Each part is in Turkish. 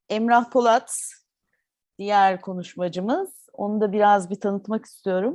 Emrah Polat, diğer konuşmacımız. Onu da biraz bir tanıtmak istiyorum.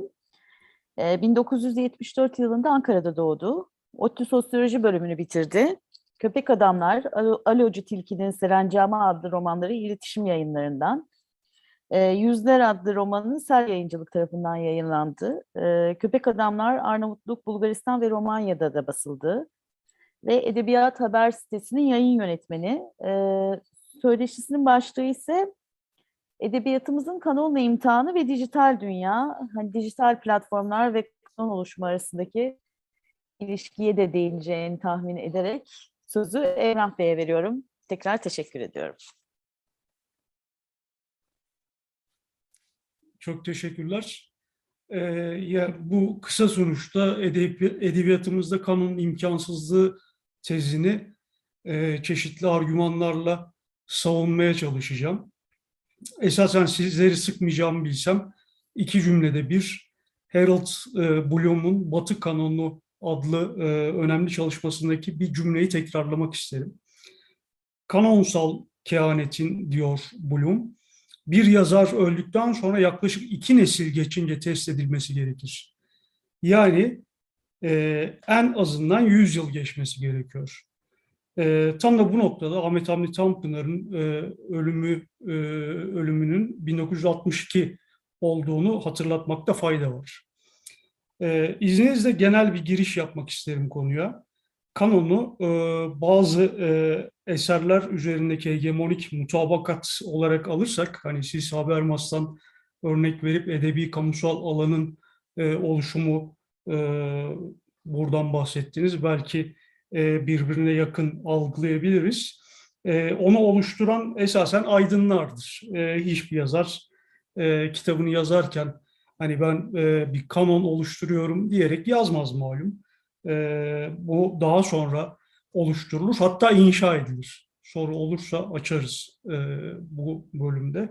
1974 yılında Ankara'da doğdu. ODTÜ Sosyoloji bölümünü bitirdi. Köpek Adamlar, Alocu Tilki'nin Serencama adlı romanları iletişim yayınlarından. Yüzler adlı romanı Sel Yayıncılık tarafından yayınlandı. Köpek Adamlar, Arnavutluk, Bulgaristan ve Romanya'da da basıldı. Ve Edebiyat Haber sitesinin yayın yönetmeni. Söyleşisinin başlığı ise edebiyatımızın kanonla imtihanı ve dijital dünya, hani dijital platformlar ve kanon oluşumu arasındaki ilişkiye de değineceğini tahmin ederek sözü Emrah Bey'e veriyorum. Tekrar teşekkür ediyorum. Çok teşekkürler. Ya bu kısa sonuçta edebiyatımızda kanun imkansızlığı tezini çeşitli argümanlarla savunmaya çalışacağım. Esasen sizleri sıkmayacağımı bilsem iki cümlede bir Harold Bloom'un Batı Kanunu adlı önemli çalışmasındaki bir cümleyi tekrarlamak isterim. Kanonsal kehanetin, diyor Bloom, bir yazar öldükten sonra yaklaşık 2 nesil geçince test edilmesi gerekir. Yani en azından 100 yıl geçmesi gerekiyor. Tam da bu noktada Ahmet Hamdi Tanpınar'ın ölümünün 1962 olduğunu hatırlatmakta fayda var. İzninizle genel bir giriş yapmak isterim konuya. Kanonu bazı eserler üzerindeki hegemonik mutabakat olarak alırsak, hani siz Habermas'tan örnek verip edebi kamusal alanın oluşumu buradan bahsettiniz. Belki birbirine yakın algılayabiliriz. Onu oluşturan esasen aydınlardır. Hiçbir yazar kitabını yazarken hani ben bir kanon oluşturuyorum diyerek yazmaz malum. Bu daha sonra oluşturulur, hatta inşa edilir. Soru olursa açarız bu bölümde.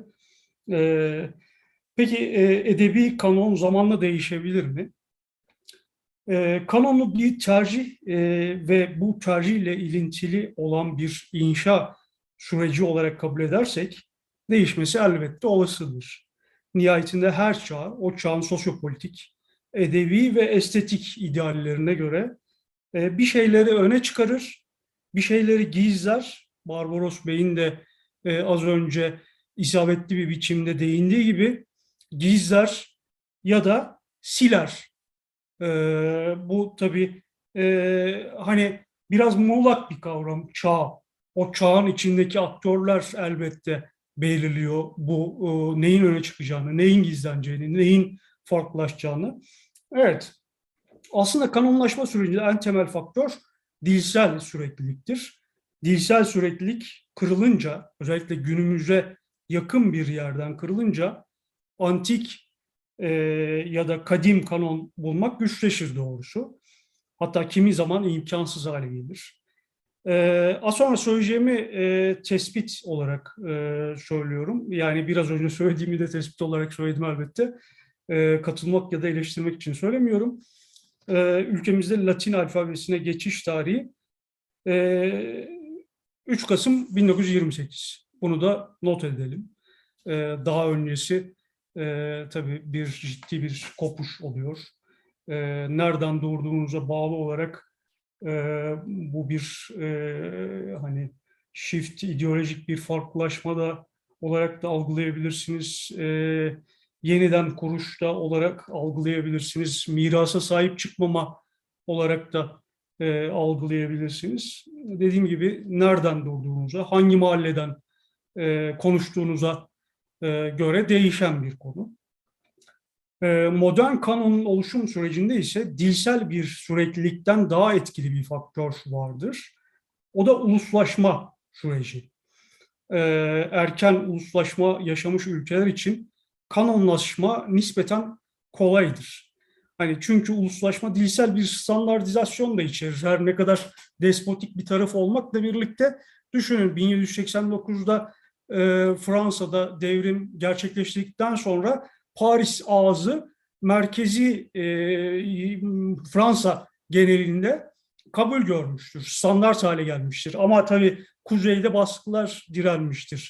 Peki edebi kanon zamanla değişebilir mi? Kanonu bir tercih ve bu tercihle ilintili olan bir inşa süreci olarak kabul edersek değişmesi elbette olasıdır. Nihayetinde her çağ, o çağın sosyopolitik, edebi ve estetik ideallerine göre bir şeyleri öne çıkarır, bir şeyleri gizler. Barbaros Bey'in de az önce isabetli bir biçimde değindiği gibi gizler ya da siler. Bu tabii hani biraz muğlak bir kavram, çağ. O çağın içindeki aktörler elbette belirliyor bu neyin öne çıkacağını, neyin gizleneceğini, neyin farklılaşacağını. Evet, aslında kanunlaşma sürecinde en temel faktör dilsel sürekliliktir. Dilsel süreklilik kırılınca, özellikle günümüze yakın bir yerden kırılınca antik ya da kadim kanon bulmak güçleşir doğrusu. Hatta kimi zaman imkansız hale gelir. Az sonra söyleyeceğimi tespit olarak söylüyorum. Yani biraz önce söylediğimi de tespit olarak söyledim elbette. Katılmak ya da eleştirmek için söylemiyorum. Ülkemizde Latin alfabesine geçiş tarihi 3 Kasım 1928. Bunu da not edelim. Daha öncesi tabii bir ciddi bir kopuş oluyor. Nereden doğduğunuza bağlı olarak bu bir hani shift, ideolojik bir farklılaşma da olarak da algılayabilirsiniz. Yeniden kuruş da olarak algılayabilirsiniz. Mirasa sahip çıkmama olarak da algılayabilirsiniz. Dediğim gibi nereden doğduğunuza, hangi mahalleden konuştuğunuza göre değişen bir konu. Modern kanonun oluşum sürecinde ise dilsel bir süreklilikten daha etkili bir faktör vardır. O da uluslaşma süreci. Erken uluslaşma yaşamış ülkeler için kanonlaşma nispeten kolaydır. Hani çünkü uluslaşma dilsel bir standartizasyon da içerir. Her ne kadar despotik bir taraf olmakla birlikte düşünün 1789'da Fransa'da devrim gerçekleştirdikten sonra Paris ağzı merkezi Fransa genelinde kabul görmüştür. Standart hale gelmiştir. Ama tabii kuzeyde baskılar direnmiştir.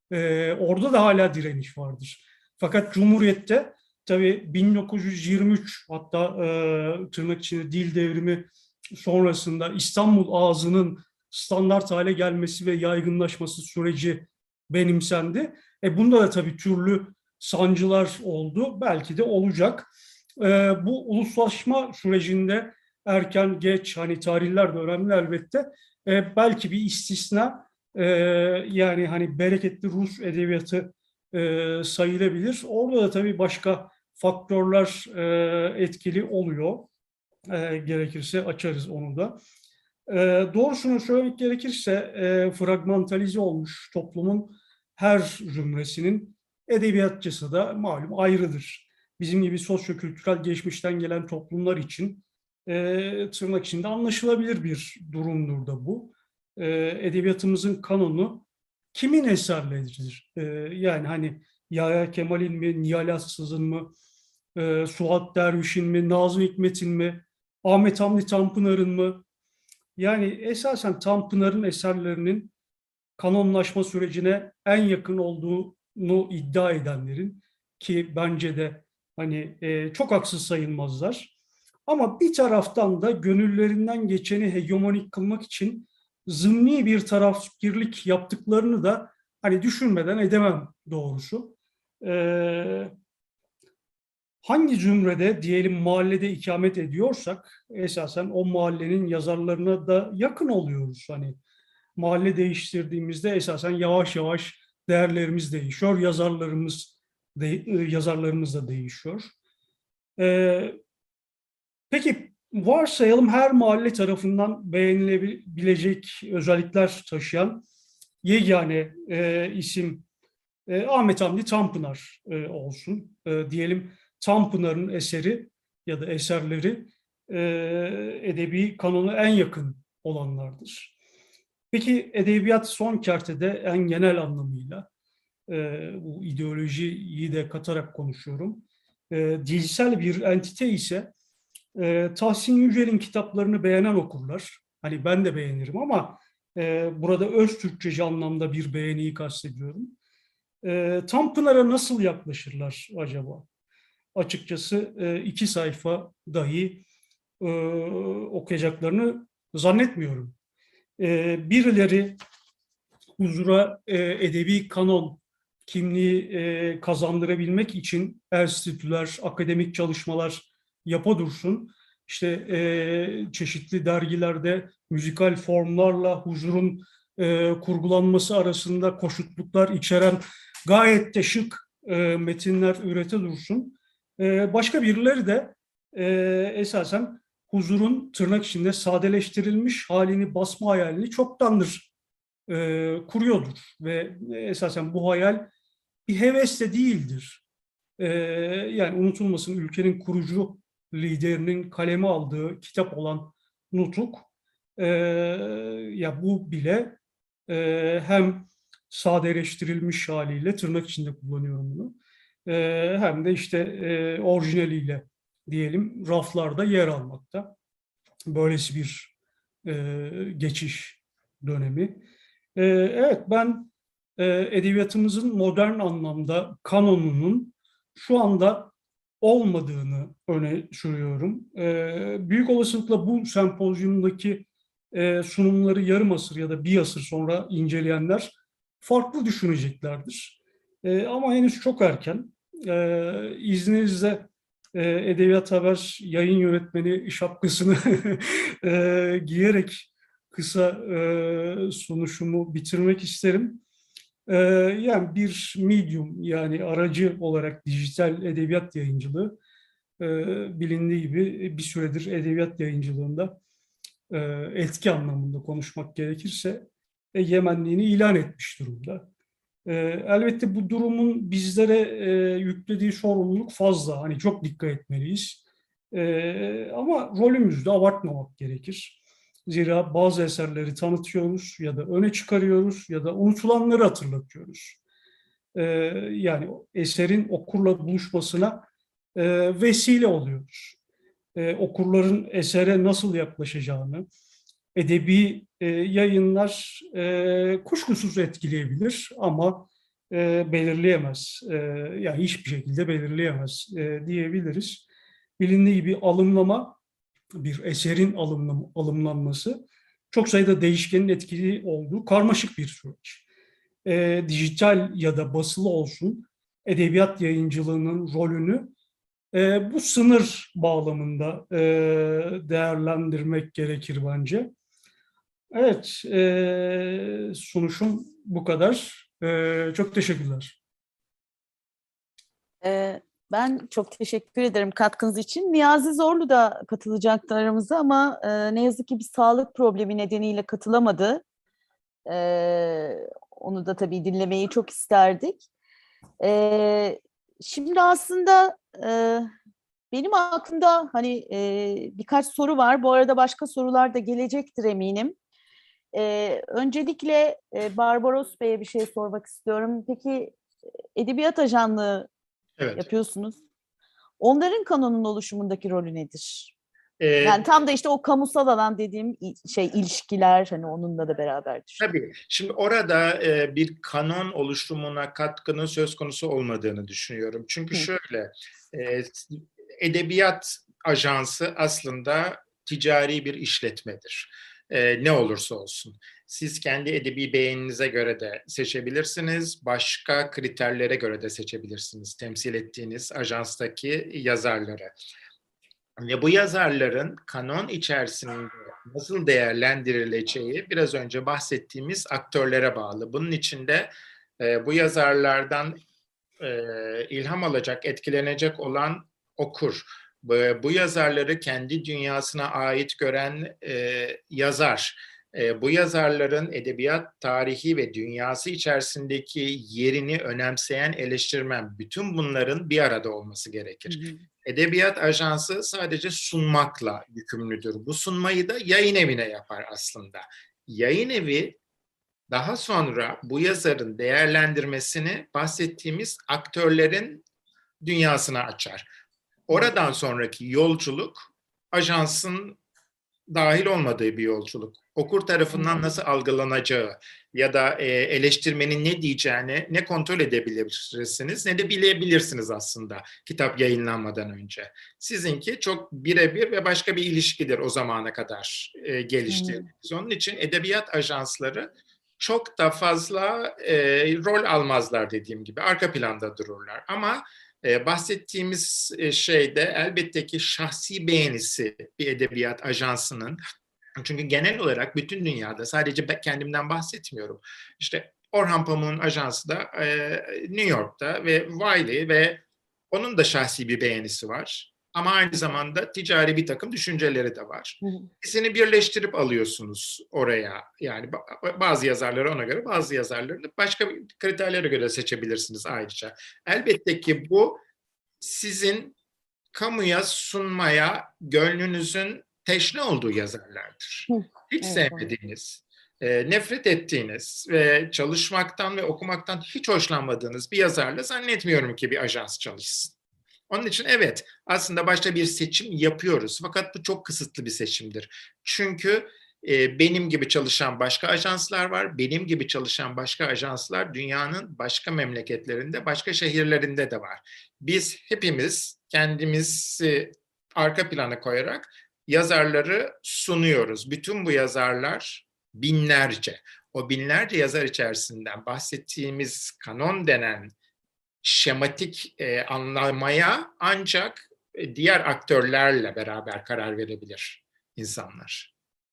Orada da hala direniş vardır. Fakat Cumhuriyet'te tabii 1923, hatta tırnak içinde dil devrimi sonrasında İstanbul ağzının standart hale gelmesi ve yaygınlaşması süreci benimsendi. Bunda da tabii türlü sancılar oldu. Belki de olacak. Bu uluslaşma sürecinde erken geç, hani tarihler de önemli elbette. Belki bir istisna, yani hani bereketli Rus edebiyatı sayılabilir. Orada da tabii başka faktörler etkili oluyor. Gerekirse açarız onu da. Doğrusunu söylemek gerekirse fragmentalize olmuş toplumun her zümresinin edebiyatçısı da malum ayrıdır. Bizim gibi sosyokültürel geçmişten gelen toplumlar için tırnak içinde anlaşılabilir bir durumdur da bu. Edebiyatımızın kanonu kimin eserleridir? Yani hani Yahya Kemal'in mi, Nihal Atsız'ın mı, Suat Derviş'in mi, Nazım Hikmet'in mi, Ahmet Hamdi Tanpınar'ın mı? Yani esasen Tanpınar'ın eserlerinin kanonlaşma sürecine en yakın olduğunu iddia edenlerin, ki bence de hani çok haksız sayılmazlar. Ama bir taraftan da gönüllerinden geçeni hegemonik kılmak için zımni bir tarafgirlik yaptıklarını da hani düşünmeden edemem doğrusu. Hangi zümrede diyelim mahallede ikamet ediyorsak esasen o mahallenin yazarlarına da yakın oluyoruz. Hani mahalle değiştirdiğimizde esasen yavaş yavaş değerlerimiz değişiyor, yazarlarımız da değişiyor. Peki varsayalım her mahalle tarafından beğenilebilecek özellikler taşıyan yegane isim Ahmet Hamdi Tanpınar olsun. Diyelim Tanpınar'ın eseri ya da eserleri edebi kanona en yakın olanlardır. Peki edebiyat son kertede en genel anlamıyla, bu ideolojiyi de katarak konuşuyorum, dilsel bir entite ise Tahsin Yücel'in kitaplarını beğenen okurlar. Hani ben de beğenirim ama burada öz Türkçeci anlamda bir beğeniyi kastediyorum. Tanpınar'a nasıl yaklaşırlar acaba? Açıkçası 2 sayfa dahi okuyacaklarını zannetmiyorum. Birileri huzura edebi kanon kimliği kazandırabilmek için enstitüler, akademik çalışmalar yapa dursun. İşte çeşitli dergilerde müzikal formlarla huzurun kurgulanması arasında koşutluklar içeren gayet de şık metinler ürete dursun. Başka birileri de esasen huzurun tırnak içinde sadeleştirilmiş halini basma hayalini çoktandır kuruyordur ve esasen bu hayal bir heves de değildir. Yani unutulmasın, ülkenin kurucu liderinin kaleme aldığı kitap olan Nutuk, ya bu bile hem sadeleştirilmiş haliyle, tırnak içinde kullanıyorum bunu, hem de işte orijinaliyle diyelim raflarda yer almakta. Böylesi bir geçiş dönemi. Evet, ben edebiyatımızın modern anlamda kanonunun şu anda olmadığını öne sürüyorum. Büyük olasılıkla bu sempozyumdaki sunumları yarım asır ya da bir asır sonra inceleyenler farklı düşüneceklerdir. Ama henüz çok erken. İzninizle Edebiyat Haber yayın yönetmeni şapkasını giyerek kısa sunuşumu bitirmek isterim. Yani bir medium, yani aracı olarak dijital edebiyat yayıncılığı bilindiği gibi bir süredir edebiyat yayıncılığında etki anlamında konuşmak gerekirse egemenliğini ilan etmiş durumda. Elbette bu durumun bizlere yüklediği sorumluluk fazla. Hani çok dikkat etmeliyiz. Ama rolümüzü de abartmamak gerekir. Zira bazı eserleri tanıtıyoruz ya da öne çıkarıyoruz ya da unutulanları hatırlatıyoruz. Yani eserin okurla buluşmasına vesile oluyoruz. Okurların esere nasıl yaklaşacağını, edebi yayınlar kuşkusuz etkileyebilir ama belirleyemez. Ya hiçbir şekilde belirleyemez diyebiliriz. Bilindiği gibi alımlama, bir eserin alımlanması çok sayıda değişkenin etkili olduğu karmaşık bir süreç. Dijital ya da basılı olsun edebiyat yayıncılığının rolünü bu sınır bağlamında değerlendirmek gerekir bence. Evet, sunuşum bu kadar. Çok teşekkürler. Ben çok teşekkür ederim katkınız için. Niyazi Zorlu da katılacaktı aramıza ama ne yazık ki bir sağlık problemi nedeniyle katılamadı. Onu da tabii dinlemeyi çok isterdik. Şimdi aslında benim aklımda hani birkaç soru var. Bu arada başka sorular da gelecektir eminim. Öncelikle Barbaros Bey'e bir şey sormak istiyorum. Peki edebiyat ajanlığı Evet. yapıyorsunuz. Onların kanonun oluşumundaki rolü nedir? Ee, Yani tam da işte o kamusal alan dediğim şey ilişkiler hani onunla da beraber düşün. Tabii. Şimdi orada bir kanon oluşumuna katkının söz konusu olmadığını düşünüyorum. Çünkü şöyle, edebiyat ajansı aslında ticari bir işletmedir. Ne olursa olsun. Siz kendi edebi beğeninize göre de seçebilirsiniz, başka kriterlere göre de seçebilirsiniz temsil ettiğiniz ajanstaki yazarları. Ve bu yazarların kanon içerisinde nasıl değerlendirileceği biraz önce bahsettiğimiz aktörlere bağlı. Bunun içinde bu yazarlardan ilham alacak, etkilenecek olan okur. Bu yazarları kendi dünyasına ait gören yazar. Bu yazarların edebiyat tarihi ve dünyası içerisindeki yerini önemseyen eleştirmen. Bütün bunların bir arada olması gerekir. Hı hı. Edebiyat ajansı sadece sunmakla yükümlüdür. Bu sunmayı da yayın evine yapar aslında. Yayın evi daha sonra bu yazarın değerlendirmesini bahsettiğimiz aktörlerin dünyasına açar. Oradan sonraki yolculuk ajansın dahil olmadığı bir yolculuk. Okur tarafından nasıl algılanacağı ya da eleştirmenin ne diyeceğini ne kontrol edebilirsiniz ne de bilebilirsiniz aslında kitap yayınlanmadan önce. Sizinki çok birebir ve başka bir ilişkidir o zamana kadar geliştirdiğiniz. Onun için edebiyat ajansları çok da fazla rol almazlar dediğim gibi. Arka planda dururlar. Ama bahsettiğimiz şeyde elbette ki şahsi beğenisi bir edebiyat ajansının. Çünkü genel olarak bütün dünyada sadece kendimden bahsetmiyorum. İşte Orhan Pamuk'un ajansı da New York'ta ve Wiley ve onun da şahsi bir beğenisi var. Ama aynı zamanda ticari bir takım düşünceleri de var. İkisini birleştirip alıyorsunuz oraya. Yani bazı yazarları ona göre, bazı yazarları da başka kriterlere göre seçebilirsiniz ayrıca. Elbette ki bu sizin kamuya sunmaya gönlünüzün teşne olduğu yazarlardır. Hiç sevmediğiniz, nefret ettiğiniz ve çalışmaktan ve okumaktan hiç hoşlanmadığınız bir yazarla zannetmiyorum ki bir ajans çalışsın. Onun için evet, aslında başta bir seçim yapıyoruz. Fakat bu çok kısıtlı bir seçimdir. Çünkü benim gibi çalışan başka ajanslar var. Benim gibi çalışan başka ajanslar dünyanın başka memleketlerinde, başka şehirlerinde de var. Biz hepimiz kendimizi arka plana koyarak yazarları sunuyoruz. Bütün bu yazarlar binlerce. O binlerce yazar içerisinden bahsettiğimiz kanon denen şematik anlamaya ancak diğer aktörlerle beraber karar verebilir insanlar.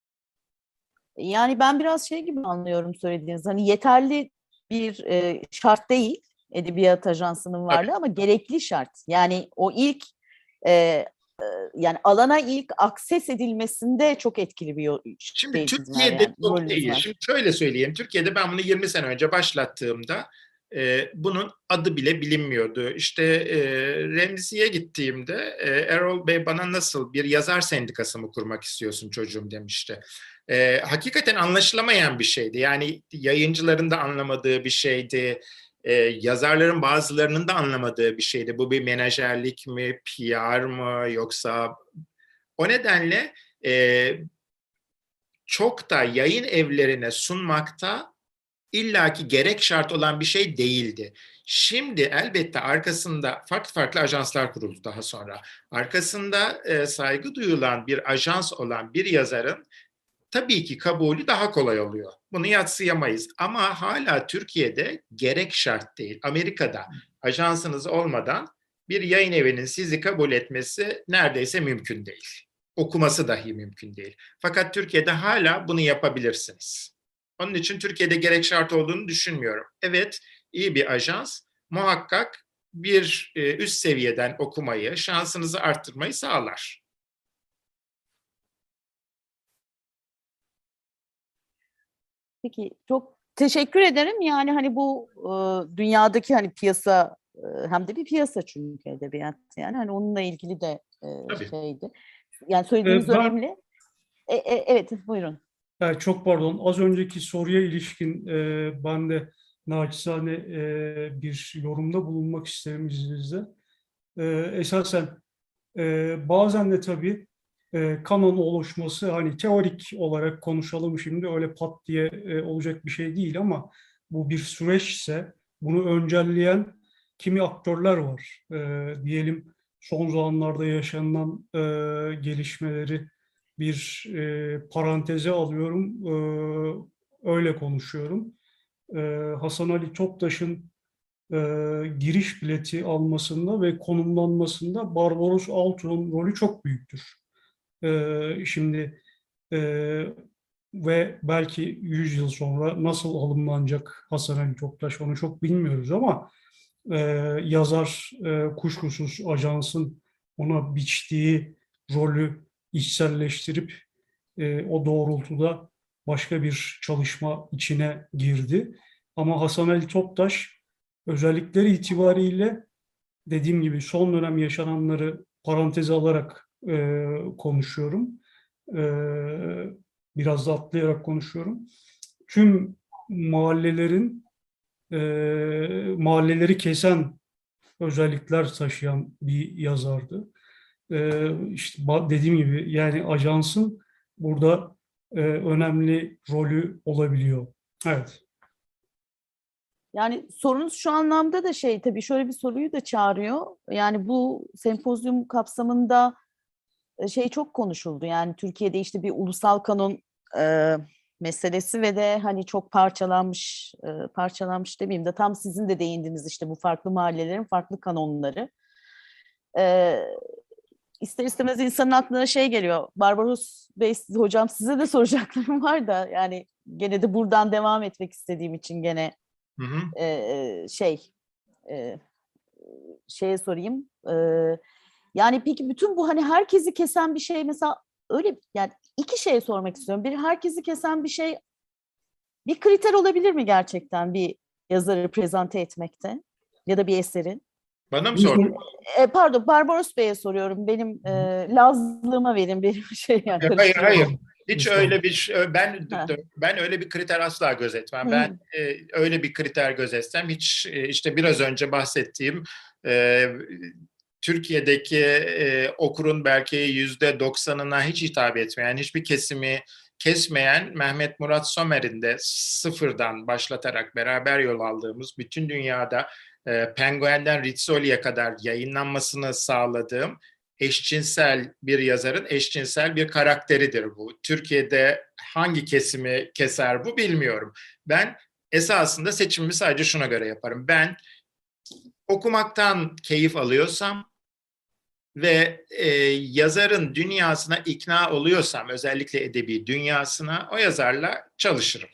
Yani ben biraz şey gibi anlıyorum söylediğiniz. Hani yeterli bir şart değil edebiyat ajansının varlığı ama gerekli şart. Yani o ilk yani alana ilk akses edilmesinde çok etkili bir Şimdi şeyiniz var Türkiye'de yani çok rolünüz değil. var. Şimdi şöyle söyleyeyim. Türkiye'de ben bunu 20 sene önce başlattığımda bunun adı bile bilinmiyordu. İşte Remzi'ye gittiğimde Erol Bey bana nasıl bir yazar sendikası mı kurmak istiyorsun çocuğum demişti. Hakikaten anlaşılamayan bir şeydi. Yani yayıncıların da anlamadığı bir şeydi. Yazarların bazılarının da anlamadığı bir şeydi. Bu bir menajerlik mi, PR mı yoksa... O nedenle çok da yayın evlerine sunmakta illaki gerek şart olan bir şey değildi. Şimdi elbette arkasında farklı farklı ajanslar kuruldu daha sonra. Arkasında saygı duyulan bir ajans olan bir yazarın tabii ki kabulü daha kolay oluyor. Bunu yadsıyamayız. Ama hala Türkiye'de gerek şart değil. Amerika'da ajansınız olmadan bir yayın evinin sizi kabul etmesi neredeyse mümkün değil. Okuması dahi mümkün değil. Fakat Türkiye'de hala bunu yapabilirsiniz. Onun için Türkiye'de gerek şart olduğunu düşünmüyorum. Evet, iyi bir ajans muhakkak bir üst seviyeden okumayı, şansınızı arttırmayı sağlar. Peki çok teşekkür ederim. Yani hani bu dünyadaki hani piyasa hem de bir piyasa çünkü edebiyat yani hani onunla ilgili de Tabii. şeydi. Yani söylediğiniz Ben önemli. Evet buyurun. çok pardon, az önceki soruya ilişkin ben de naçizane bir yorumda bulunmak isterim izninizle. Esasen bazen de tabii kanon oluşması hani teorik olarak konuşalım şimdi öyle pat diye olacak bir şey değil ama bu bir süreçse bunu öncelleyen kimi aktörler var. Diyelim son zamanlarda yaşanan gelişmeleri bir paranteze alıyorum, öyle konuşuyorum. Hasan Ali Toptaş'ın e, giriş bileti almasında ve konumlanmasında Barbaros Altun'un rolü çok büyüktür. Şimdi e, ve belki 100 yıl sonra nasıl alımlanacak Hasan Ali Toptaş onu çok bilmiyoruz ama e, yazar kuşkusuz ajansın ona biçtiği rolü içselleştirip o doğrultuda başka bir çalışma içine girdi. Ama Hasan Ali Toptaş özellikleri itibariyle dediğim gibi son dönem yaşananları paranteze alarak konuşuyorum. E, Biraz da atlayarak konuşuyorum. Tüm mahallelerin mahalleleri kesen özellikler taşıyan bir yazardı. İşte dediğim gibi yani ajansın burada önemli rolü olabiliyor. Evet. Yani sorunuz şu anlamda da şey tabii şöyle bir soruyu da çağırıyor. Yani bu sempozyum kapsamında şey çok konuşuldu. Yani Türkiye'de işte bir ulusal kanon meselesi ve de hani çok parçalanmış demeyeyim de tam sizin de değindiniz işte bu farklı mahallelerin farklı kanonları. E, ister istemez insanın aklına şey geliyor. Barbaros Bey, hocam size de soracaklarım var da yani gene de buradan devam etmek istediğim için gene Hı hı. şey şeye sorayım. Yani peki bütün bu hani herkesi kesen bir şey mesela öyle yani iki şey sormak istiyorum. Bir herkesi kesen bir şey bir kriter olabilir mi gerçekten bir yazarı prezente etmekte ya da bir eseri? Bana mı sordun? Pardon Barbaros Bey'e soruyorum. Benim Lazlığıma verin benim şey yani Hayır, hayır. karıştırıyorum. Hiç Estağfurullah. öyle bir Ha. ben öyle bir kriter asla gözetmem. Hı. Ben öyle bir kriter gözetsem hiç işte biraz önce bahsettiğim e, Türkiye'deki okurun belki %90'ına hiç hitap etmeyen, hiçbir kesimi kesmeyen Mehmet Murat Somer'in de sıfırdan başlatarak beraber yol aldığımız bütün dünyada Penguen'den Rizzoli'ye kadar yayınlanmasını sağladığım eşcinsel bir yazarın eşcinsel bir karakteridir bu. Türkiye'de hangi kesimi keser bu bilmiyorum. Ben esasında seçimimi sadece şuna göre yaparım. Ben okumaktan keyif alıyorsam ve yazarın dünyasına ikna oluyorsam, özellikle edebi dünyasına, o yazarla çalışırım.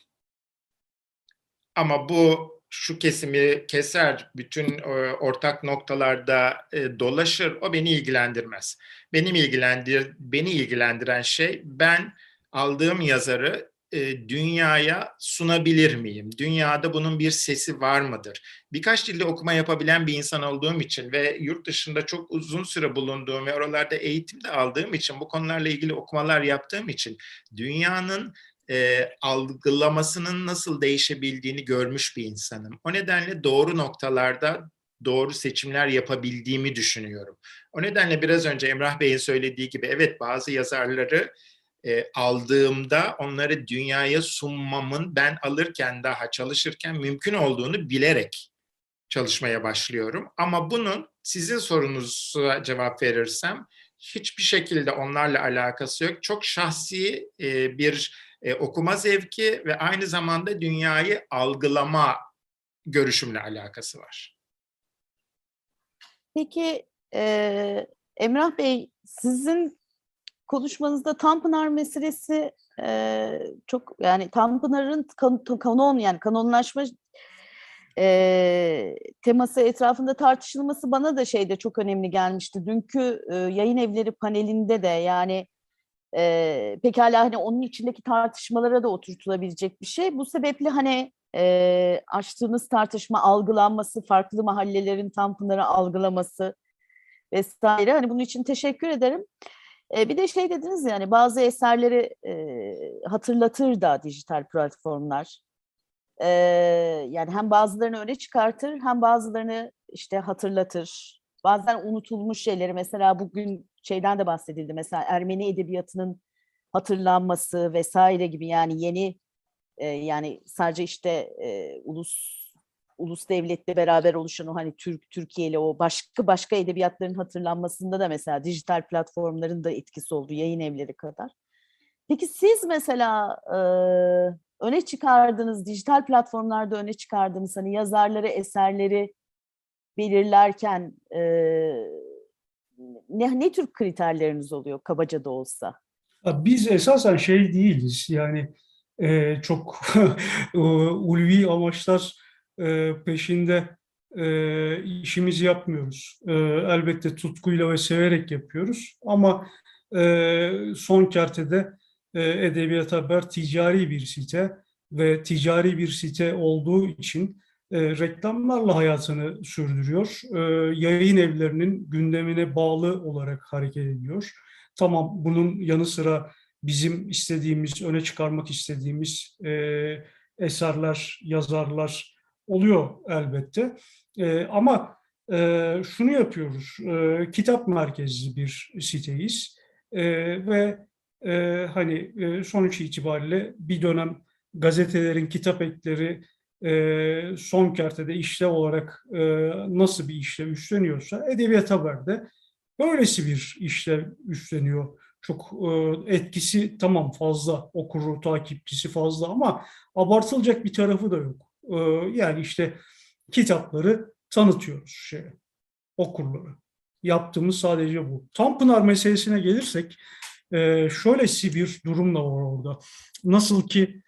Ama bu şu kesimi keser, bütün ortak noktalarda dolaşır, o beni ilgilendirmez. Beni ilgilendiren şey ben aldığım yazarı dünyaya sunabilir miyim? Dünyada bunun bir sesi var mıdır? Birkaç dilde okuma yapabilen bir insan olduğum için ve yurt dışında çok uzun süre bulunduğum ve oralarda eğitim de aldığım için, bu konularla ilgili okumalar yaptığım için dünyanın algılamasının nasıl değişebildiğini görmüş bir insanım. O nedenle doğru noktalarda doğru seçimler yapabildiğimi düşünüyorum. O nedenle biraz önce Emrah Bey'in söylediği gibi evet bazı yazarları aldığımda onları dünyaya sunmamın ben alırken daha çalışırken mümkün olduğunu bilerek çalışmaya başlıyorum. Ama bunun sizin sorunuza cevap verirsem hiçbir şekilde onlarla alakası yok. Çok şahsi bir okuma zevki ve aynı zamanda dünyayı algılama görüşümle alakası var. Peki Emrah Bey, sizin konuşmanızda Tanpınar meselesi çok, yani Tanpınar'ın kanon, yani kanonlaşma teması etrafında tartışılması bana da şeyde çok önemli gelmişti. Dünkü yayın evleri panelinde de, yani pekala hani onun içindeki tartışmalara da oturtulabilecek bir şey. Bu sebeple hani açtığınız tartışma algılanması, farklı mahallelerin Tanpınar'ı algılaması vesaire. Hani bunun için teşekkür ederim. Bir de şey dediniz, yani bazı eserleri hatırlatır da dijital platformlar. Yani hem bazılarını öne çıkartır, hem bazılarını işte hatırlatır. Bazen unutulmuş şeyleri, mesela bugün şeyden de bahsedildi. Mesela Ermeni edebiyatının hatırlanması vesaire gibi, yani yeni yani sadece işte ulus devletle beraber oluşan o hani Türkiye'li o başka edebiyatların hatırlanmasında da mesela dijital platformların da etkisi oldu, yayın evleri kadar. Peki siz mesela öne çıkardığınız, dijital platformlarda öne çıkardığınız hani yazarları, eserleri belirlerken ne tür kriterleriniz oluyor, kabaca da olsa? Biz esasen şey değiliz, yani çok ulvi amaçlar peşinde işimizi yapmıyoruz. Elbette tutkuyla ve severek yapıyoruz ama son kertede Edebiyat Haber ticari bir site ve ticari bir site olduğu için reklamlarla hayatını sürdürüyor. Yayın evlerinin gündemine bağlı olarak hareket ediyor. Tamam, bunun yanı sıra bizim istediğimiz, öne çıkarmak istediğimiz eserler, yazarlar oluyor elbette. Ama şunu yapıyoruz, kitap merkezli bir siteyiz. Ve hani sonuç itibariyle bir dönem gazetelerin kitap ekleri son kertede işlev olarak nasıl bir işlev üstleniyorsa Edebiyat Haber'de böylesi bir işlev üstleniyor. Çok etkisi tamam fazla, okuru, takipçisi fazla ama abartılacak bir tarafı da yok. Yani işte kitapları tanıtıyoruz okurları. Yaptığımız sadece bu. Tanpınar meselesine gelirsek şöylesi bir durum da var orada. Nasıl ki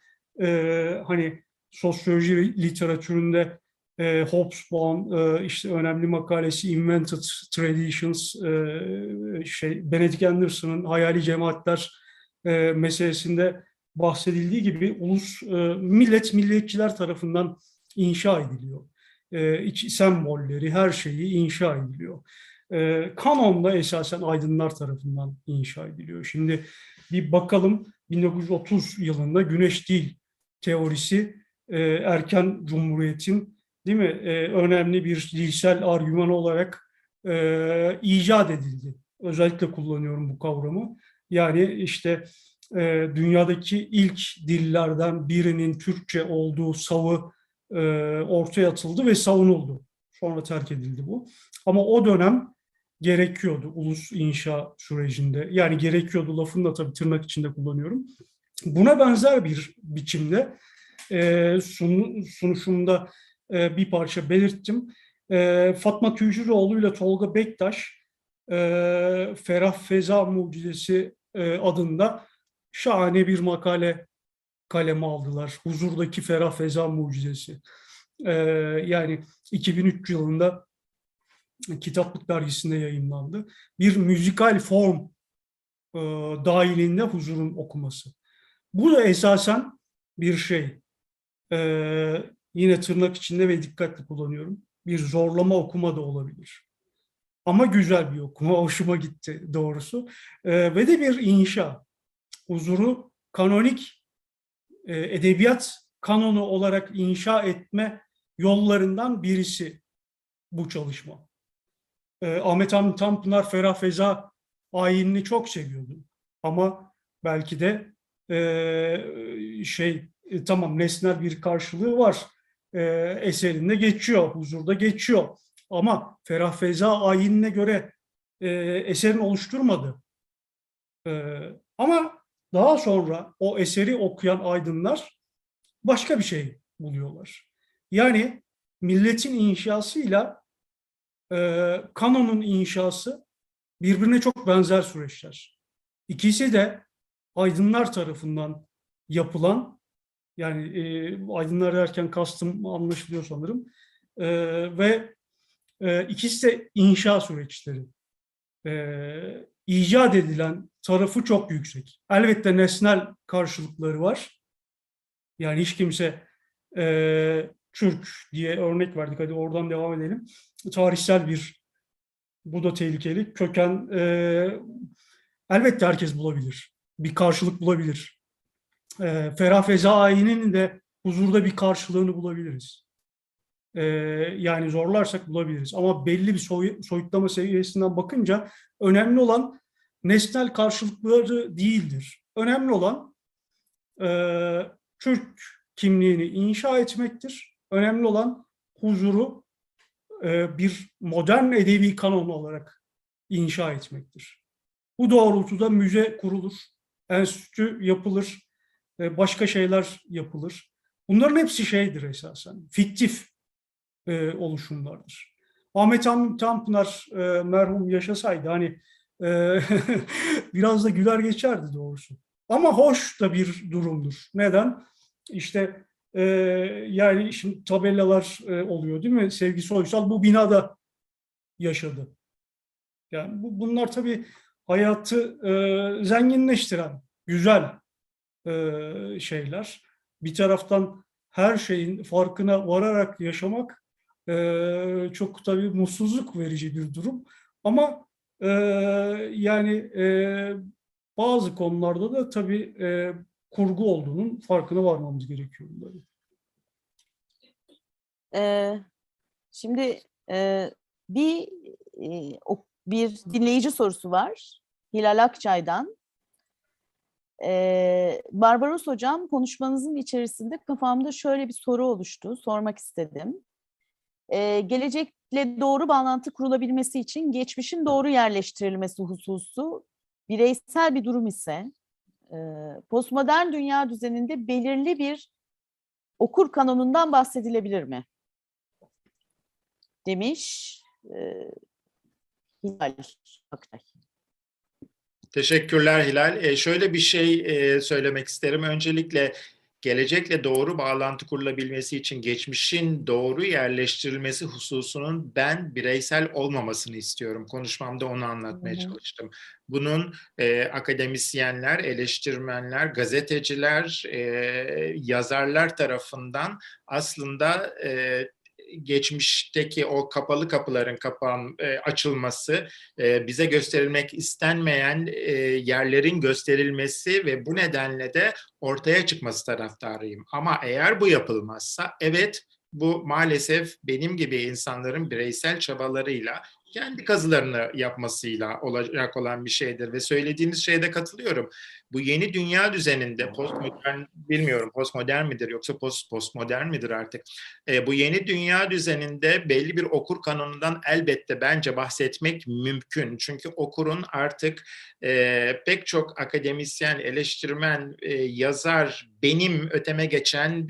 hani sosyoloji literatüründe Hobsbawm işte önemli makalesi Invented Traditions, Benedict Anderson'ın hayali cemaatler meselesinde bahsedildiği gibi milliyetçiler tarafından inşa ediliyor. Sembolleri, her şeyi inşa ediliyor. Kanon da esasen aydınlar tarafından inşa ediliyor. Şimdi bir bakalım, 1930 yılında Güneş Dil teorisi erken cumhuriyetin, değil mi, önemli bir dilsel argüman olarak icat edildi. Özellikle kullanıyorum bu kavramı. Yani işte dünyadaki ilk dillerden birinin Türkçe olduğu savı ortaya atıldı ve savunuldu. Sonra terk edildi bu. Ama o dönem gerekiyordu ulus inşa sürecinde. Yani gerekiyordu lafını da tabii tırnak içinde kullanıyorum. Buna benzer bir biçimde sunuşumda bir parça belirttim. Fatma Tücüroğlu ile Tolga Bektaş Ferah Feza Mucizesi adında şahane bir makale kaleme aldılar. Huzurdaki Ferah Feza Mucizesi. Yani 2003 yılında Kitaplık Dergisi'nde yayınlandı. Bir müzikal form dahilinde huzurun okuması. Bu da esasen bir şey. Yine tırnak içinde ve dikkatli kullanıyorum. Bir zorlama okuma da olabilir. Ama güzel bir okuma, hoşuma gitti doğrusu. Ve de bir inşa. Huzuru kanonik edebiyat kanonu olarak inşa etme yollarından birisi bu çalışma. Ahmet Hamdi Tanpınar Ferah Feza ayinini çok seviyordu. Ama Belki de tamam, nesnel bir karşılığı var. Eserinde geçiyor, huzurda geçiyor. Ama Ferah Feza ayinine göre eserini oluşturmadı. Ama daha sonra o eseri okuyan aydınlar başka bir şey buluyorlar. Yani milletin inşasıyla kanonun inşası birbirine çok benzer süreçler. İkisi de aydınlar tarafından yapılan, yani aydınlar derken kastım anlaşılıyor sanırım, ve ikisi de inşa süreçleri. İcat edilen tarafı çok yüksek. Elbette nesnel karşılıkları var. Yani hiç kimse Türk diye örnek verdik. Hadi oradan devam edelim. Tarihsel bir, bu da tehlikeli. Köken elbette herkes bulabilir. Bir karşılık bulabilir. Ferah Feza ayininin de huzurda bir karşılığını bulabiliriz. Yani zorlarsak bulabiliriz. Ama belli bir soyutlama seviyesinden bakınca önemli olan nesnel karşılıkları değildir. Önemli olan Türk kimliğini inşa etmektir. Önemli olan huzuru bir modern edebi kanon olarak inşa etmektir. Bu doğrultuda müze kurulur, enstitü yapılır, başka şeyler yapılır. Bunların hepsi şeydir esasen, fiktif oluşumlardır. Ahmet Hamdi Tanpınar merhum yaşasaydı hani biraz da güler geçerdi doğrusu. Ama hoş da bir durumdur. Neden? İşte yani şimdi tabelalar oluyor değil mi? Sevgi Soysal bu binada yaşadı. Yani bunlar tabii hayatı zenginleştiren güzel şeyler. Bir taraftan her şeyin farkına vararak yaşamak çok tabii mutsuzluk verici bir durum. Ama yani bazı konularda da tabii kurgu olduğunun farkına varmamız gerekiyor bunların. Şimdi bir bir dinleyici sorusu var Hilal Akçay'dan. Barbaros Hocam, konuşmanızın içerisinde kafamda şöyle bir soru oluştu, sormak istedim. Gelecekle doğru bağlantı kurulabilmesi için geçmişin doğru yerleştirilmesi hususu bireysel bir durum ise postmodern dünya düzeninde belirli bir okur kanonundan bahsedilebilir mi? Demiş Hilal Akçay. Teşekkürler Hilal. Şöyle bir şey söylemek isterim. Öncelikle gelecekle doğru bağlantı kurulabilmesi için geçmişin doğru yerleştirilmesi hususunun ben bireysel olmamasını istiyorum. Konuşmamda onu anlatmaya çalıştım. Bunun akademisyenler, eleştirmenler, gazeteciler, yazarlar tarafından aslında geçmişteki o kapalı kapıların açılması, bize gösterilmek istenmeyen yerlerin gösterilmesi ve bu nedenle de ortaya çıkması taraftarıyım. Ama eğer bu yapılmazsa, evet, bu maalesef benim gibi insanların bireysel çabalarıyla, kendi kazılarını yapmasıyla olacak olan bir şeydir ve söylediğiniz şeye de katılıyorum. Bu yeni dünya düzeninde postmodern, bilmiyorum postmodern midir yoksa postmodern midir artık? Bu yeni dünya düzeninde belli bir okur kanonundan elbette bence bahsetmek mümkün. Çünkü okurun artık pek çok akademisyen, eleştirmen, yazar, benim öteme geçen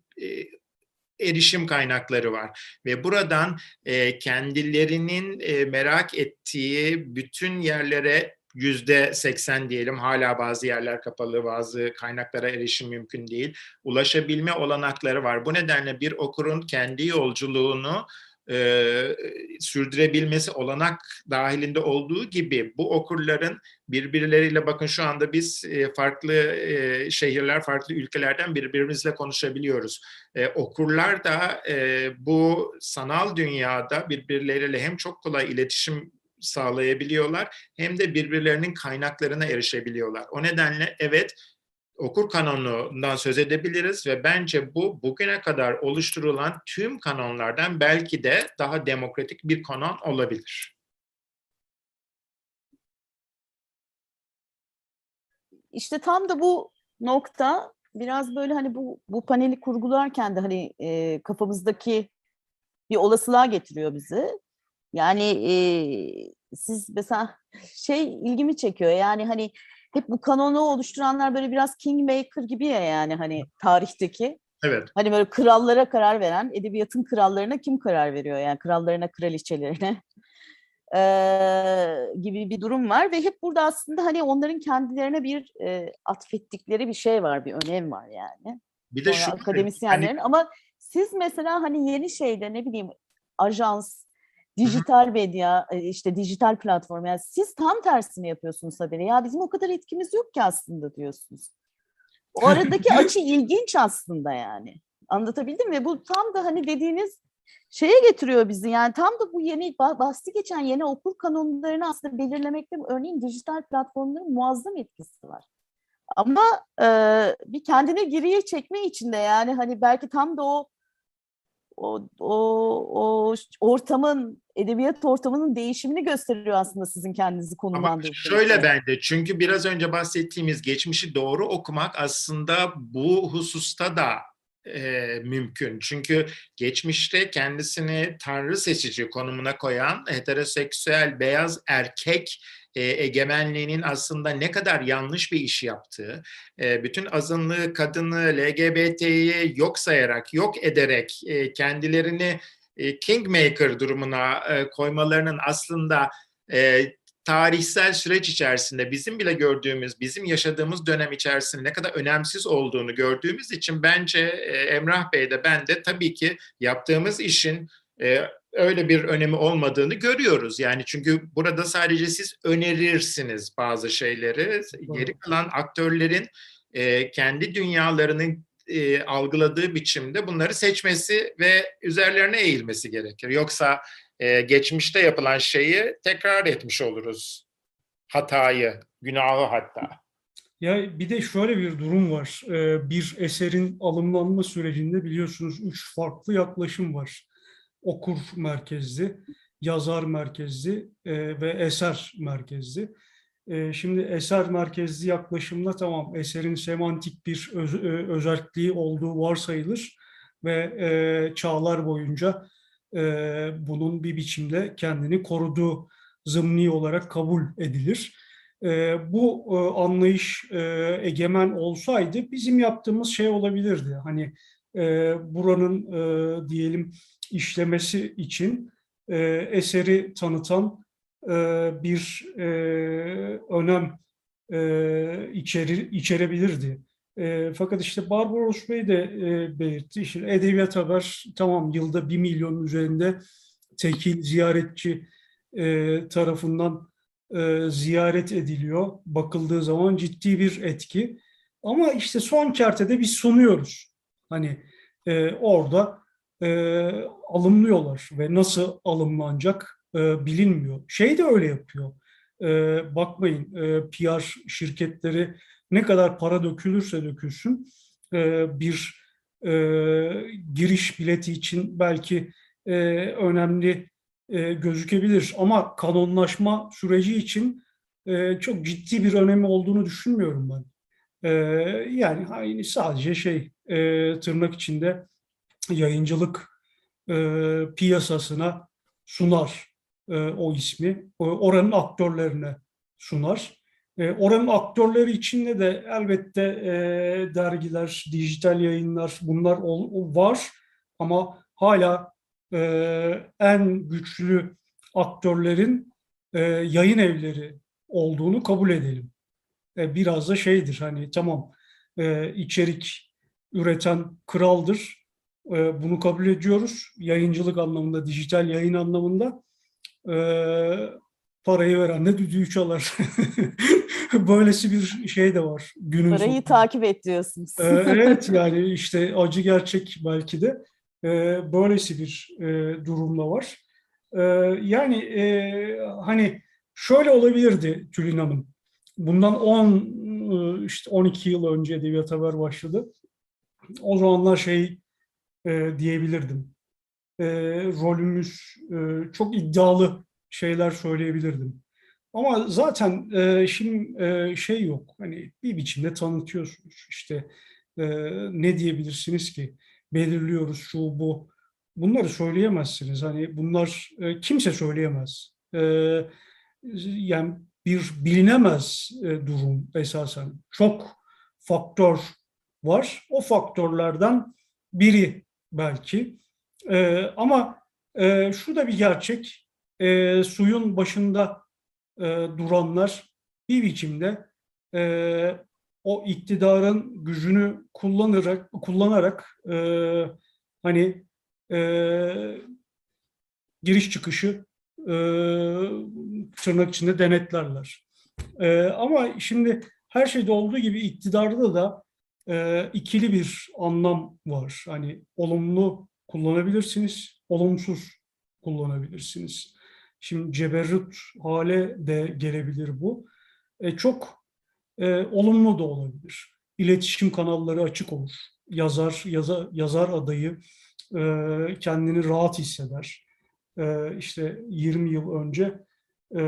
erişim kaynakları var ve buradan kendilerinin merak ettiği bütün yerlere %80 diyelim, hala bazı yerler kapalı, bazı kaynaklara erişim mümkün değil, ulaşabilme olanakları var. Bu nedenle bir okurun kendi yolculuğunu sürdürebilmesi olanak dahilinde olduğu gibi bu okurların birbirleriyle, bakın şu anda biz farklı şehirler, farklı ülkelerden birbirimizle konuşabiliyoruz. Okurlar da bu sanal dünyada birbirleriyle hem çok kolay iletişim sağlayabiliyorlar hem de birbirlerinin kaynaklarına erişebiliyorlar. O nedenle evet, okur kanonundan söz edebiliriz ve bence bu bugüne kadar oluşturulan tüm kanonlardan belki de daha demokratik bir kanon olabilir. işte tam da bu nokta biraz böyle hani bu paneli kurgularken de hani kafamızdaki bir olasılığa getiriyor bizi. Yani siz mesela ilgimi çekiyor. Yani hani hep bu kanonu oluşturanlar böyle biraz kingmaker gibi ya, yani hani tarihteki. Evet. Hani böyle krallara karar veren, edebiyatın krallarına kim karar veriyor? Yani krallarına, kraliçelerine gibi bir durum var. Ve hep burada aslında hani onların kendilerine bir atfettikleri bir şey var, bir önem var yani. Bir de Sonra şu akademisyenlerin, ama siz mesela hani yeni şeyde ne bileyim ajans, Hı hı. dijital medya, işte dijital platform, yani siz tam tersini yapıyorsunuz haberi. Ya bizim o kadar etkimiz yok ki aslında diyorsunuz. O aradaki açı ilginç aslında yani. Anlatabildim mi? Bu tam da hani dediğiniz şeye getiriyor bizi. Yani tam da bu yeni bahsi geçen yeni okul kanunlarını aslında belirlemekte örneğin dijital platformların muazzam etkisi var. Ama bir kendine geriye çekme içinde, yani hani belki tam da o ortamın, edebiyat ortamının değişimini gösteriyor aslında sizin kendinizi Ama konumlandırdığınız şöyle yer. bence, çünkü biraz önce bahsettiğimiz geçmişi doğru okumak aslında bu hususta da mümkün. Çünkü geçmişte kendisini tanrı seçici konumuna koyan heteroseksüel beyaz erkek egemenliğinin aslında ne kadar yanlış bir iş yaptığı, bütün azınlığı, kadını, LGBT'yi yok sayarak, yok ederek kendilerini kingmaker durumuna koymalarının aslında tarihsel süreç içerisinde bizim bile gördüğümüz, bizim yaşadığımız dönem içerisinde ne kadar önemsiz olduğunu gördüğümüz için bence Emrah Bey de ben de tabii ki yaptığımız işin öyle bir önemi olmadığını görüyoruz. Yani çünkü burada sadece siz önerirsiniz bazı şeyleri. Geri kalan aktörlerin kendi dünyalarını algıladığı biçimde bunları seçmesi ve üzerlerine eğilmesi gerekir. Yoksa geçmişte yapılan şeyi tekrar etmiş oluruz. Hatayı, günahı hatta. Ya bir de şöyle bir durum var. Bir eserin alımlanma sürecinde biliyorsunuz 3 farklı yaklaşım var. Okur merkezli, yazar merkezli ve eser merkezli. Şimdi eser merkezli yaklaşımda tamam, eserin semantik bir özelliği olduğu varsayılır ve çağlar boyunca bunun bir biçimde kendini koruduğu zımni olarak kabul edilir. Bu anlayış egemen olsaydı bizim yaptığımız şey olabilirdi. Hani buranın diyelim işlemesi için eseri tanıtan bir önem içerebilirdi. Fakat işte Barbaros Bey de belirtti. İşte Edebiyat Haber tamam, yılda 1 milyon üzerinde tekil ziyaretçi tarafından ziyaret ediliyor. Bakıldığı zaman ciddi bir etki. Ama işte son kertede biz sunuyoruz. Hani orada alımlıyorlar ve nasıl alımlanacak bilinmiyor. Şey de öyle yapıyor. Bakmayın, PR şirketleri ne kadar para dökülürse dökülsün bir giriş bileti için belki önemli gözükebilir. Ama kanonlaşma süreci için çok ciddi bir önemi olduğunu düşünmüyorum ben. Yani sadece tırnak içinde yayıncılık piyasasına sunar o ismi. Oranın aktörlerine sunar. Oranın aktörleri içinde de elbette dergiler, dijital yayınlar bunlar var. Ama hala en güçlü aktörlerin yayın evleri olduğunu kabul edelim. Biraz da hani tamam, içerik üreten kraldır. Bunu kabul ediyoruz. Yayıncılık anlamında, dijital yayın anlamında parayı veren de düdüğü çalar. Böylesi bir şey de var günün Parayı sonunda. takip et diyorsunuz. Evet, yani işte acı gerçek belki de böylesi bir durumda var. Yani hani şöyle olabilirdi Tülin Hanım. Bundan 12 yıl önce Edebiyat Haber başladı. O zamanlar diyebilirdim. Rolümüz çok iddialı şeyler söyleyebilirdim. Ama zaten şimdi şey yok. Hani bir biçimde tanıtıyorsunuz. İşte e, ne diyebilirsiniz ki? Belirliyoruz şu bu. Bunları söyleyemezsiniz. Hani bunlar kimse söyleyemez. Yani bir bilinemez durum esasen. Çok faktör var. O faktörlerden biri belki. Ama şu da bir gerçek. Suyun başında duranlar bir biçimde o iktidarın gücünü kullanarak hani e, giriş çıkışı e, tırnak içinde denetlerler. Ama şimdi her şeyde olduğu gibi iktidarda da ikili bir anlam var. Hani olumlu kullanabilirsiniz, olumsuz kullanabilirsiniz. Şimdi ceberrut hale de gelebilir bu. Çok olumlu da olabilir. İletişim kanalları açık olur. Yazar adayı kendini rahat hisseder. İşte 20 yıl önce e,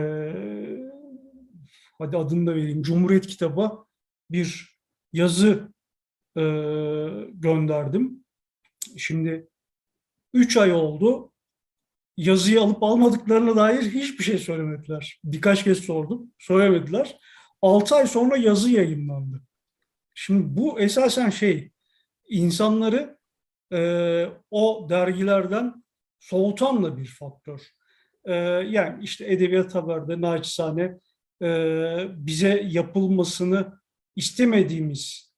hadi adını da vereyim. Cumhuriyet Kitabı'na bir yazı e, gönderdim. Şimdi 3 ay oldu. Yazıyı alıp almadıklarına dair hiçbir şey söylemediler. Birkaç kez sordum. Söylemediler. 6 ay sonra yazı yayınlandı. Şimdi bu esasen insanları o dergilerden soğutan da bir faktör. Yani işte Edebiyat Haber'de naçizane bize yapılmasını istemediğimiz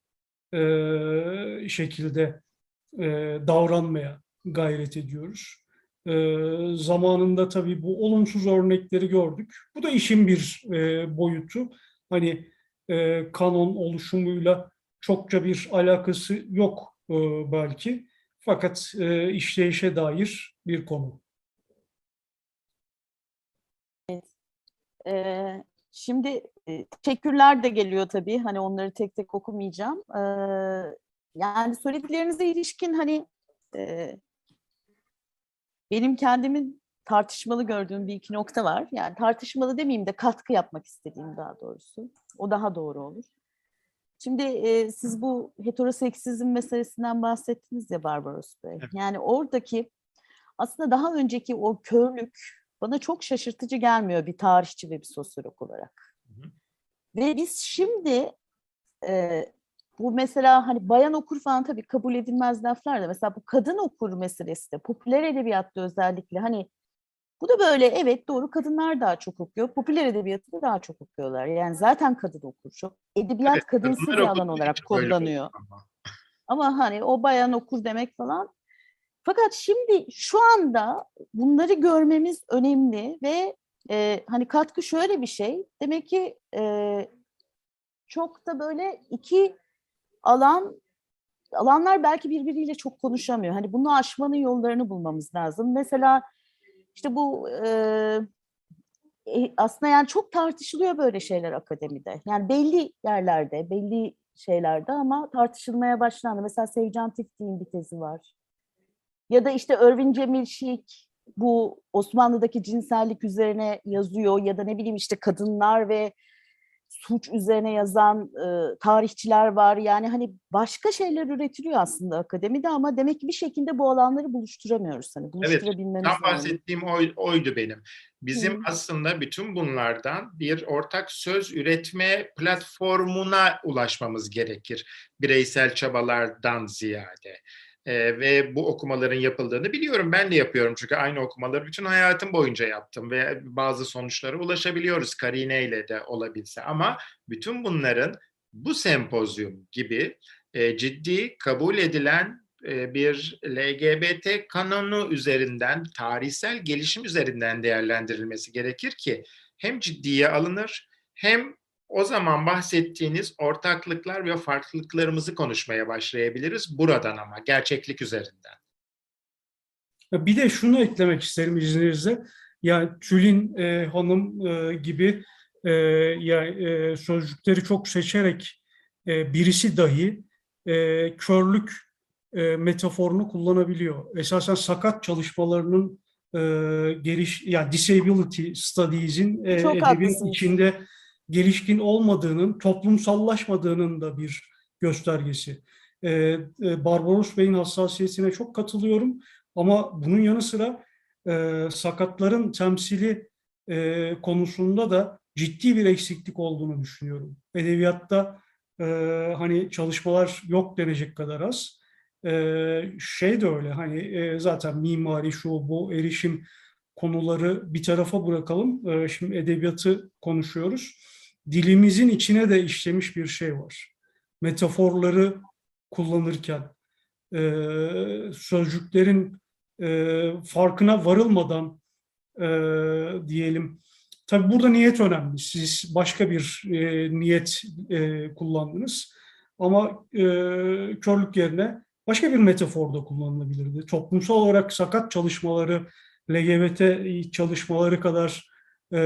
şekilde davranmaya gayret ediyoruz. Zamanında tabii bu olumsuz örnekleri gördük. Bu da işin bir boyutu. Hani kanon oluşumuyla çokça bir alakası yok belki. Fakat işleyişe dair bir konu. Şimdi teşekkürler de geliyor tabii. Hani onları tek tek okumayacağım. Yani söylediklerinize ilişkin hani benim kendimin tartışmalı gördüğüm bir iki nokta var. Yani tartışmalı demeyeyim de katkı yapmak istediğim daha doğrusu. O daha doğru olur. Şimdi siz bu heteroseksizm meselesinden bahsettiniz ya Barbaros Bey. Evet. Yani oradaki aslında daha önceki o körlük bana çok şaşırtıcı gelmiyor bir tarihçi ve bir sosyolog olarak. Hı hı. Ve biz şimdi bu mesela hani bayan okur falan tabii kabul edilmez laflar da mesela bu kadın okur meselesi de popüler edebiyatta özellikle hani bu da böyle evet doğru kadınlar daha çok okuyor. Popüler edebiyatı da daha çok okuyorlar. Yani zaten kadın okur çok. Edebiyat Evet, kadınsı kadınlar bir alan okuduğu olarak için böyle oldu kodlanıyor. ama. Ama hani o bayan okur demek falan. Fakat şimdi şu anda bunları görmemiz önemli ve hani katkı şöyle bir şey. Demek ki çok da böyle iki alanlar belki birbiriyle çok konuşamıyor. Hani bunu aşmanın yollarını bulmamız lazım. Mesela işte bu aslında yani çok tartışılıyor böyle şeyler akademide. Yani belli yerlerde, belli şeylerde ama tartışılmaya başlandı. Mesela Sevcan Tiftik'in bir tezi var. Ya da işte Irvin Cemil Şik bu Osmanlı'daki cinsellik üzerine yazıyor ya da ne bileyim işte kadınlar ve suç üzerine yazan tarihçiler var. Yani hani başka şeyler üretiliyor aslında akademide ama demek ki bir şekilde bu alanları buluşturamıyoruz. Hani Evet, tam buluşturabilmemiz lazım. bahsettiğim oydu benim. Bizim Hı. aslında bütün bunlardan bir ortak söz üretme platformuna ulaşmamız gerekir. Bireysel çabalardan ziyade. Ve bu okumaların yapıldığını biliyorum. Ben de yapıyorum çünkü aynı okumaları bütün hayatım boyunca yaptım ve bazı sonuçlara ulaşabiliyoruz karineyle de olabilse. Ama bütün bunların bu sempozyum gibi ciddi kabul edilen bir LGBT kanunu üzerinden, tarihsel gelişim üzerinden değerlendirilmesi gerekir ki hem ciddiye alınır hem o zaman bahsettiğiniz ortaklıklar ve farklılıklarımızı konuşmaya başlayabiliriz buradan ama gerçeklik üzerinden. Bir de şunu eklemek isterim izninizle. Yani Tülin Hanım gibi yani sözcükleri çok seçerek birisi dahi körlük metaforunu kullanabiliyor. Esasen sakat çalışmalarının yani disability studies'in Çok edebiyat haklısınız. içinde gelişkin olmadığının, toplumsallaşmadığının da bir göstergesi. Barbaros Bey'in hassasiyetine çok katılıyorum ama bunun yanı sıra sakatların temsili konusunda da ciddi bir eksiklik olduğunu düşünüyorum. Edebiyatta hani çalışmalar yok denecek kadar az. Şey de öyle hani zaten mimari şu bu erişim konuları bir tarafa bırakalım. Şimdi edebiyatı konuşuyoruz. Dilimizin içine de işlemiş bir şey var. Metaforları kullanırken sözcüklerin farkına varılmadan diyelim. Tabii burada niyet önemli. Siz başka bir niyet kullandınız. Ama körlük yerine başka bir metafor da kullanılabilirdi. Toplumsal olarak sakat çalışmaları, LGBT çalışmaları kadar e,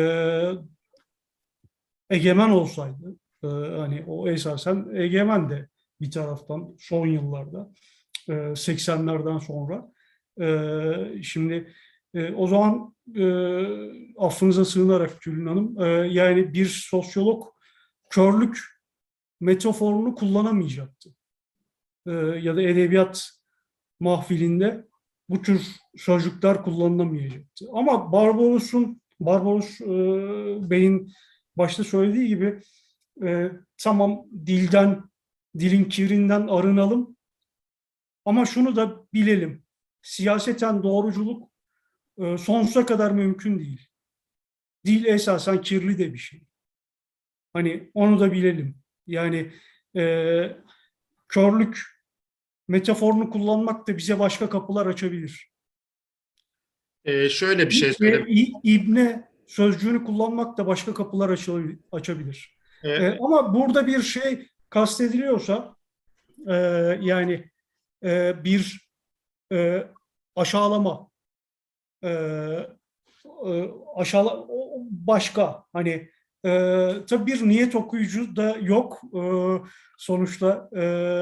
egemen olsaydı, hani o esasen egemen de bir taraftan son yıllarda, 80'lerden sonra. Şimdi o zaman affınıza sığınarak Tülin Hanım, yani bir sosyolog körlük metaforunu kullanamayacaktı. Ya da edebiyat mahfilinde bu tür sözcükler kullanılamayacaktı. Ama Barbaros Bey'in başta söylediği gibi tamam dilin kirinden arınalım ama şunu da bilelim. Siyaseten doğruculuk sonsuza kadar mümkün değil. Dil esasen kirli de bir şey. Hani onu da bilelim. Yani körlük metaforunu kullanmak da bize başka kapılar açabilir. Şöyle bir şey Ve söylemek. İbne sözcüğünü kullanmak da başka kapılar açabilir. Ama burada bir şey kastediliyorsa yani bir aşağılama başka hani tabii bir niyet okuyucu da yok. Sonuçta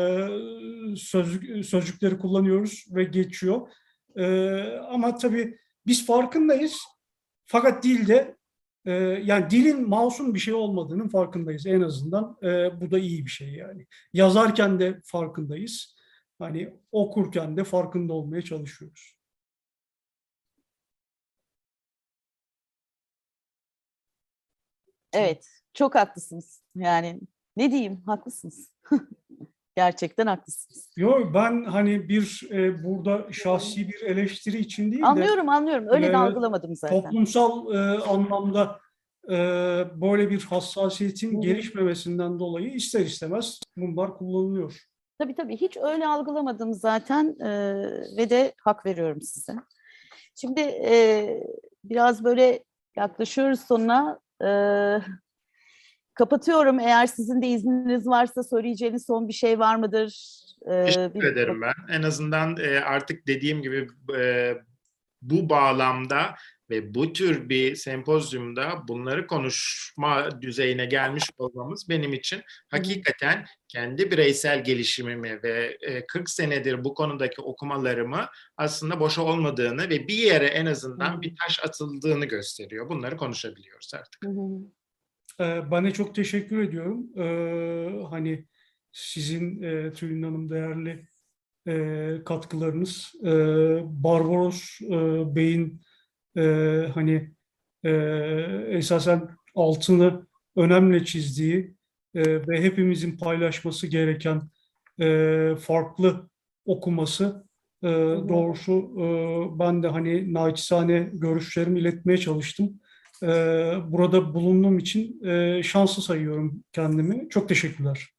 sözcükleri kullanıyoruz ve geçiyor. Ama tabii biz farkındayız. Fakat dilde yani dilin masum bir şey olmadığının farkındayız en azından. Bu da iyi bir şey yani. Yazarken de farkındayız. Hani okurken de farkında olmaya çalışıyoruz. Evet, çok haklısınız. Yani ne diyeyim, haklısınız. Gerçekten haklısınız. Yok ben hani bir burada şahsi bir eleştiri için değil de Anlıyorum. Öyle de e, algılamadım zaten. toplumsal anlamda böyle bir hassasiyetin Hı hı. gelişmemesinden dolayı ister istemez bunlar kullanılıyor. Tabii hiç öyle algılamadım zaten ve de hak veriyorum size. Şimdi biraz böyle yaklaşıyoruz sonuna. Kapatıyorum. Eğer sizin de izniniz varsa söyleyeceğiniz son bir şey var mıdır? Teşekkür ederim ben. En azından artık dediğim gibi bu bağlamda ve bu tür bir sempozyumda bunları konuşma düzeyine gelmiş olmamız benim için hakikaten kendi bireysel gelişimimi ve 40 senedir bu konudaki okumalarımı aslında boşa olmadığını ve bir yere en azından bir taş atıldığını gösteriyor. Bunları konuşabiliyoruz artık. Ben de çok teşekkür ediyorum. Hani sizin Tülin Hanım değerli katkılarınız, Barbaros Bey'in hani esasen altını önemli çizdiği ve hepimizin paylaşması gereken farklı okuması doğrusu ben de hani naçizane görüşlerimi iletmeye çalıştım. Burada bulunduğum için şanslı sayıyorum kendimi. Çok teşekkürler.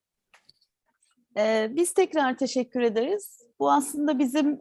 Biz tekrar teşekkür ederiz. Bu aslında bizim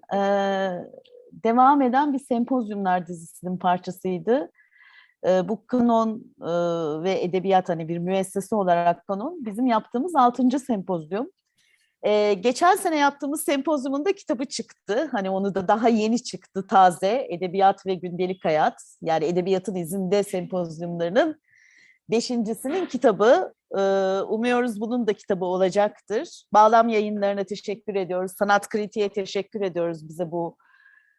devam eden bir sempozyumlar dizisinin parçasıydı. Bu Kanon ve Edebiyat hani bir müessese olarak Kanon bizim yaptığımız 6. sempozyum. Geçen sene yaptığımız sempozyumun da kitabı çıktı. Hani onu da daha yeni çıktı, taze. Edebiyat ve Gündelik Hayat. Yani Edebiyatın İzinde sempozyumlarının 5.'sinin kitabı. Umuyoruz bunun da kitabı olacaktır. Bağlam Yayınları'na teşekkür ediyoruz. Sanat Kritiğe teşekkür ediyoruz bize bu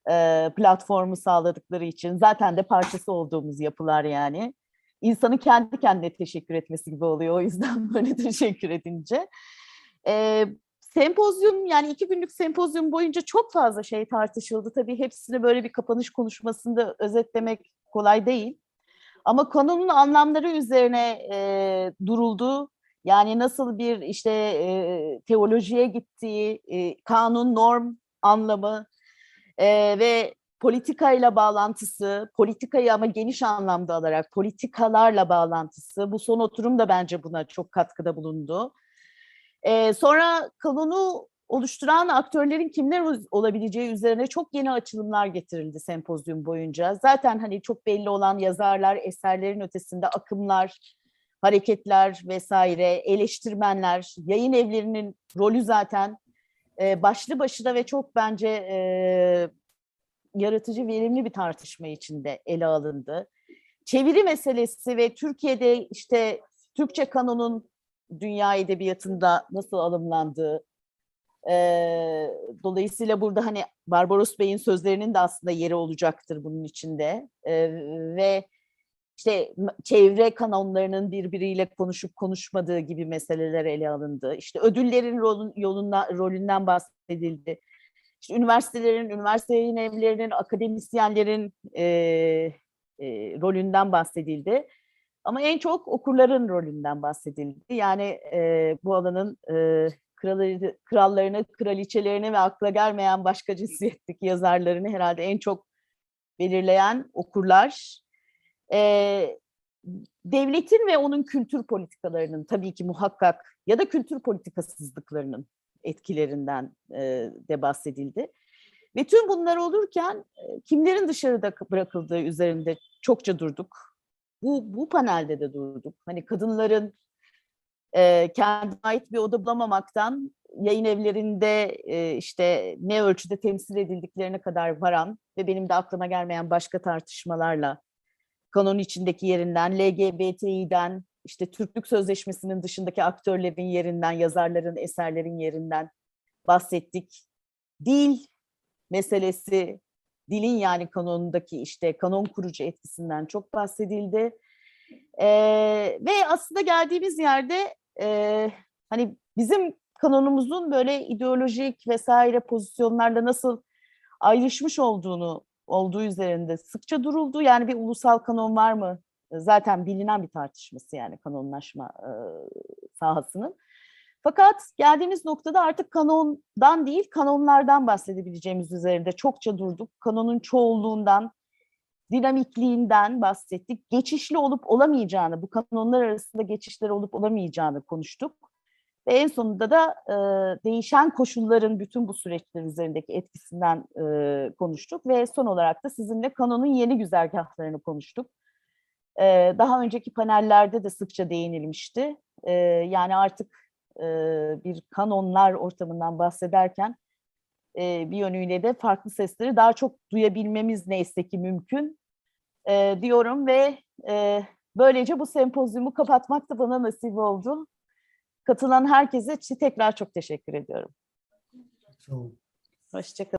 platformu sağladıkları için. Zaten de parçası olduğumuz yapılar yani. İnsanın kendi kendine teşekkür etmesi gibi oluyor o yüzden böyle teşekkür edince. Sempozyum, yani 2 günlük sempozyum boyunca çok fazla şey tartışıldı. Tabii hepsini böyle bir kapanış konuşmasında özetlemek kolay değil. Ama konunun anlamları üzerine duruldu. Yani nasıl bir işte teolojiye gittiği, kanun, norm anlamı ve politikayla bağlantısı, politikayı ama geniş anlamda alarak politikalarla bağlantısı. Bu son oturum da bence buna çok katkıda bulundu. Sonra kanunu oluşturan aktörlerin kimler olabileceği üzerine çok yeni açılımlar getirildi sempozyum boyunca. Zaten hani çok belli olan yazarlar, eserlerin ötesinde akımlar, hareketler vesaire, eleştirmenler, yayın evlerinin rolü zaten başlı başına ve çok bence yaratıcı, verimli bir tartışma içinde ele alındı. Çeviri meselesi ve Türkiye'de işte Türkçe kanonun dünya edebiyatında nasıl alımlandığı, dolayısıyla burada hani Barbaros Bey'in sözlerinin de aslında yeri olacaktır bunun içinde. Ve işte çevre kanonlarının birbiriyle konuşup konuşmadığı gibi meseleler ele alındı. İşte ödüllerin rolünden bahsedildi. İşte üniversitelerin, üniversite yayın evlerinin, akademisyenlerin rolünden bahsedildi. Ama en çok okurların rolünden bahsedildi. Yani bu alanın krallarını, kraliçelerini ve akla gelmeyen başka cinsiyetteki yazarlarını herhalde en çok belirleyen okurlar. Devletin ve onun kültür politikalarının tabii ki muhakkak ya da kültür politikasızlıklarının etkilerinden de bahsedildi. Ve tüm bunlar olurken kimlerin dışarıda bırakıldığı üzerinde çokça durduk. Bu panelde de durduk. Hani kadınların kendine ait bir oda bulamamaktan yayın evlerinde işte ne ölçüde temsil edildiklerine kadar varan ve benim de aklıma gelmeyen başka tartışmalarla kanonun içindeki yerinden, LGBTİ'den, işte Türklük Sözleşmesi'nin dışındaki aktörlerin yerinden, yazarların, eserlerin yerinden bahsettik. Dil meselesi, dilin yani kanonundaki işte kanon kurucu etkisinden çok bahsedildi. Ve aslında geldiğimiz yerde hani bizim kanonumuzun böyle ideolojik vesaire pozisyonlarla nasıl ayrışmış olduğu üzerinde sıkça duruldu. Yani bir ulusal kanon var mı? Zaten bilinen bir tartışması yani kanonlaşma sahasının. Fakat geldiğimiz noktada artık kanondan değil, kanonlardan bahsedebileceğimiz üzerinde çokça durduk. Kanonun çoğulluğundan, dinamikliğinden bahsettik. Geçişli olup olamayacağını, bu kanonlar arasında geçişler olup olamayacağını konuştuk. Ve en sonunda da değişen koşulların bütün bu süreçler üzerindeki etkisinden konuştuk. Ve son olarak da sizinle kanonun yeni güzergahlarını konuştuk. Daha önceki panellerde de sıkça değinilmişti. Yani artık bir kanonlar ortamından bahsederken bir yönüyle de farklı sesleri daha çok duyabilmemiz neyse ki mümkün diyorum ve böylece bu sempozyumu kapatmak da bana nasip oldu. Katılan herkese tekrar çok teşekkür ediyorum. Sağ olun. Hoşça kalın.